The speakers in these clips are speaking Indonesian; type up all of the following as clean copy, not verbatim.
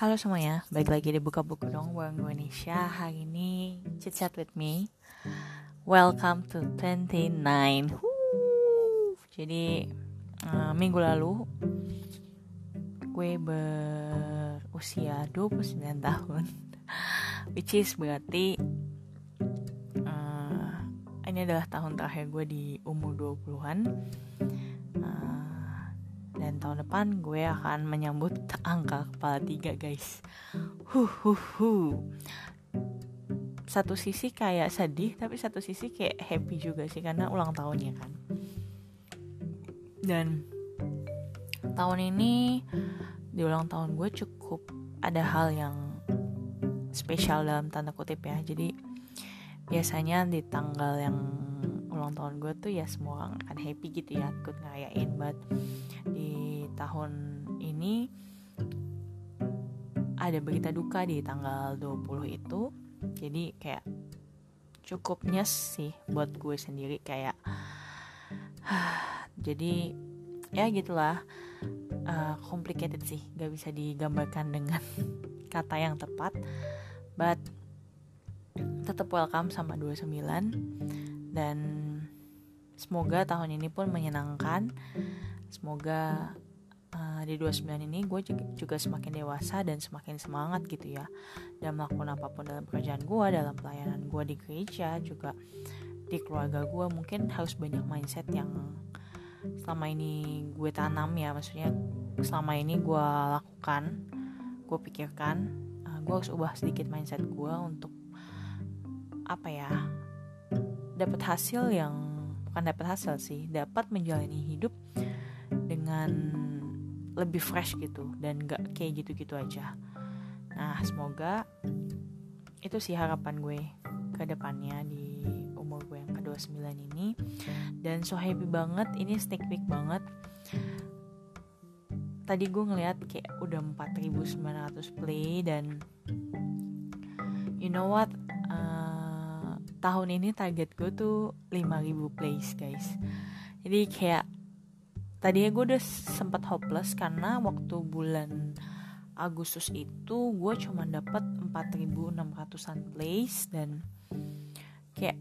Halo semuanya, balik lagi di Buka Buku Dong bareng gue Nisha. Hari ini chit chat with me. Welcome to 29. Jadi minggu lalu gue berusia 29 tahun. Which is berarti ini adalah tahun terakhir gue di umur 20-an. Dan tahun depan gue akan menyambut angka kepala 3, guys. Satu sisi kayak sedih, tapi satu sisi kayak happy juga sih, karena ulang tahunnya kan. Dan tahun ini di ulang tahun gue cukup ada hal yang spesial dalam tanda kutip ya. Jadi biasanya di tanggal yang ulang tahun gue tuh ya semua orang akan happy gitu ya, ikut ngerayain. But di tahun ini ada berita duka di tanggal 20 itu. Jadi kayak cukup nyes sih buat gue sendiri, kayak jadi ya gitulah, complicated sih, gak bisa digambarkan dengan kata yang tepat. But tetap welcome sama 29. Dan semoga tahun ini pun menyenangkan. Semoga di 29 ini gue juga semakin dewasa dan semakin semangat gitu ya, dan melakukan apapun dalam pekerjaan gue, dalam pelayanan gue di gereja, juga di keluarga gue. Mungkin harus banyak mindset yang selama ini gue tanam ya, maksudnya selama ini gue lakukan, gue pikirkan. Gue harus ubah sedikit mindset gue untuk dapat hasil yang bukan dapat hasil sih, dapat menjalani hidup dengan lebih fresh gitu, dan gak kayak gitu-gitu aja. Nah, semoga itu sih harapan gue ke depannya di umur gue yang ke-29 ini. Dan so happy banget, ini sneak peek banget. Tadi gue ngeliat kayak udah 4.900 play, dan you know what, tahun ini target gue tuh 5.000 plays, guys. Jadi kayak tadinya gue udah sempat hopeless karena waktu bulan Agustus itu gue cuma dapat 4.600an plays, dan kayak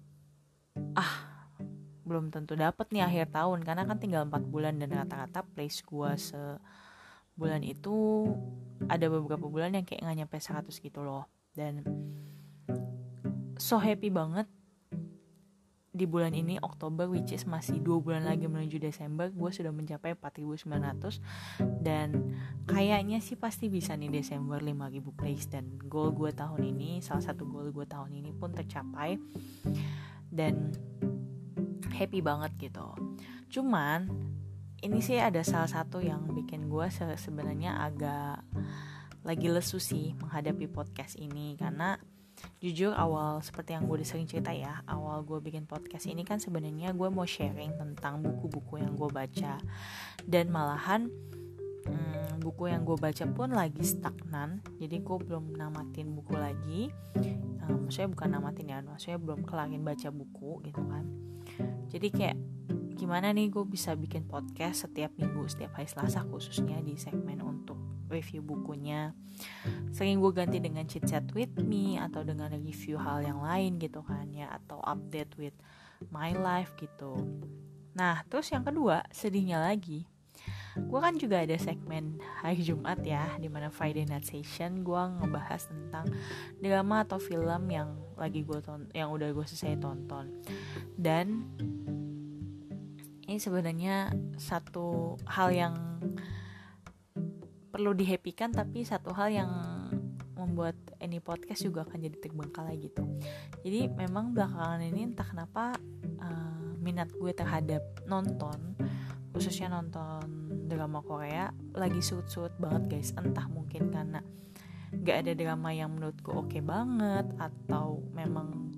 belum tentu dapat nih akhir tahun, karena kan tinggal 4 bulan, dan rata-rata plays gue sebulan itu ada beberapa bulan yang kayak gak nyampe 100 gitu loh. Dan so happy banget di bulan ini, Oktober, which is masih 2 bulan lagi menuju Desember, gue sudah mencapai 4.900. Dan kayaknya sih pasti bisa nih Desember 5.000 plays. Dan goal gue tahun ini, salah satu goal gue tahun ini pun tercapai, dan happy banget gitu. Cuman ini sih ada salah satu yang bikin gue sebenarnya agak lagi lesu sih menghadapi podcast ini. Karena jujur awal, seperti yang gue udah sering cerita ya, awal gue bikin podcast ini kan sebenarnya gue mau sharing tentang buku-buku yang gue baca. Dan malahan buku yang gue baca pun lagi stagnan. Jadi gue belum namatin buku lagi. Maksudnya bukan namatin ya, maksudnya belum kelarin baca buku gitu kan. Jadi kayak gimana nih gue bisa bikin podcast setiap minggu, setiap hari Selasa khususnya di segmen untuk review bukunya. Sering gue ganti dengan chit chat with me, atau dengan review hal yang lain gitu kan ya, atau update with my life gitu. Nah terus yang kedua, sedihnya lagi, gue kan juga ada segmen hari Jumat ya, dimana Friday Night Session gue ngebahas tentang drama atau film yang lagi gue yang udah gue selesai tonton. Dan ini sebenarnya satu hal yang perlu dihappykan, tapi satu hal yang membuat ini podcast juga akan jadi terbengkalai gitu. Jadi memang belakangan ini entah kenapa minat gue terhadap nonton, khususnya nonton drama Korea, lagi surut-surut banget, guys. Entah mungkin karena gak ada drama yang menurut gue oke banget, atau memang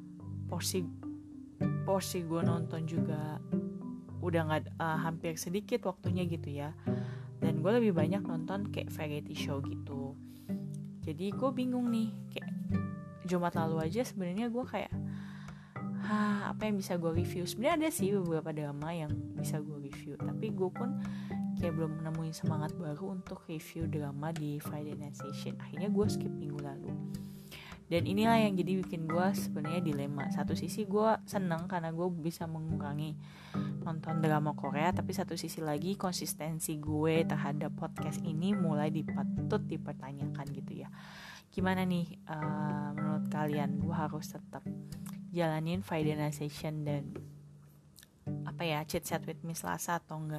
porsi gue nonton juga udah gak, hampir sedikit waktunya gitu ya. Dan gue lebih banyak nonton kayak variety show gitu. Jadi gue bingung nih, kayak Jumat lalu aja sebenarnya gue kayak apa yang bisa gue review. Sebenarnya ada sih beberapa drama yang bisa gue review, tapi gue pun kayak belum nemuin semangat baru untuk review drama di Friday Night Session. Akhirnya gue skip minggu lalu. Dan inilah yang jadi bikin gue sebenarnya dilema. Satu sisi gue seneng karena gue bisa mengurangi nonton drama Korea, tapi satu sisi lagi konsistensi gue terhadap podcast ini mulai patut dipertanyakan gitu ya. Gimana nih menurut kalian, gue harus tetap jalanin Friday Night Session dan Chit Chat with Miss Lasa atau enggak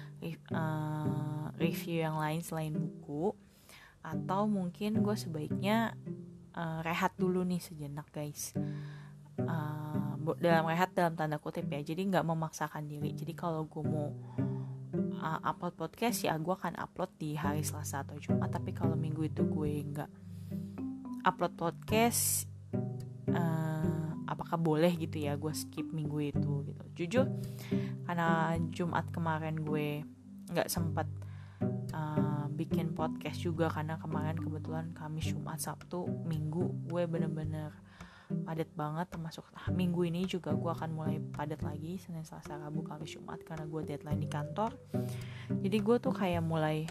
review yang lain selain buku, atau mungkin gue sebaiknya rehat dulu nih sejenak guys. Dalam rehat dalam tanda kutip ya, jadi nggak memaksakan diri. Jadi kalau gue mau upload podcast ya gue akan upload di hari Selasa atau Jumat, tapi kalau minggu itu gue nggak upload podcast, apakah boleh gitu ya gue skip minggu itu gitu. Jujur karena Jumat kemarin gue nggak sempat bikin podcast juga, karena kemarin kebetulan Kamis, Jumat, Sabtu, Minggu gue bener-bener padat banget, termasuk minggu ini juga gue akan mulai padat lagi, Senin, Selasa, Rabu, Kamis, Jumat, karena gue deadline di kantor. Jadi gue tuh kayak mulai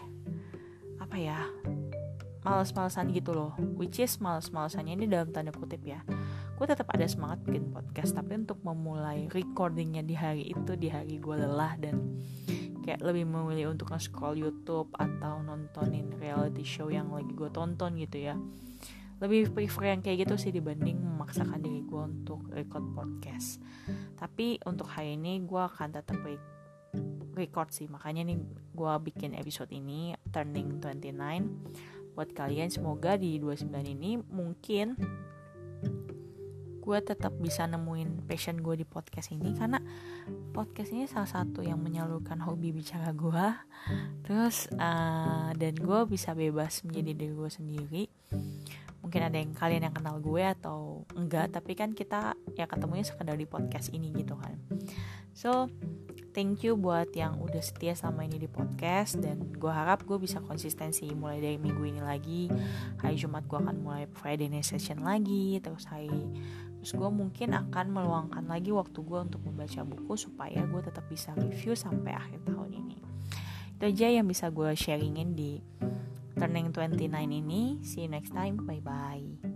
males-malesan gitu loh, which is males-malesannya ini dalam tanda kutip ya. Gue tetap ada semangat bikin podcast, tapi untuk memulai recordingnya di hari itu, di hari gue lelah dan kayak lebih memilih untuk nge-scroll YouTube atau nontonin reality show yang lagi gue tonton gitu ya. Lebih prefer yang kayak gitu sih dibanding memaksakan diri gue untuk record podcast. Tapi untuk hari ini gue akan tetap record sih. Makanya nih gue bikin episode ini Turning 29 buat kalian. Semoga di 29 ini mungkin gue tetap bisa nemuin passion gue di podcast ini, karena podcast ini salah satu yang menyalurkan hobi bicara gue. Terus dan gue bisa bebas menjadi diri gue sendiri. Mungkin ada yang kalian yang kenal gue atau enggak, tapi kan kita ya ketemunya sekedar di podcast ini gitu kan. So thank you buat yang udah setia selama ini di podcast, dan gue harap gue bisa konsistensi mulai dari minggu ini lagi. Hari Jumat gue akan mulai Friday Night Session lagi, terus gue mungkin akan meluangkan lagi waktu gue untuk membaca buku supaya gue tetap bisa review sampai akhir tahun ini. Itu aja yang bisa gue sharingin di Turning 29 ini. See you next time, bye bye.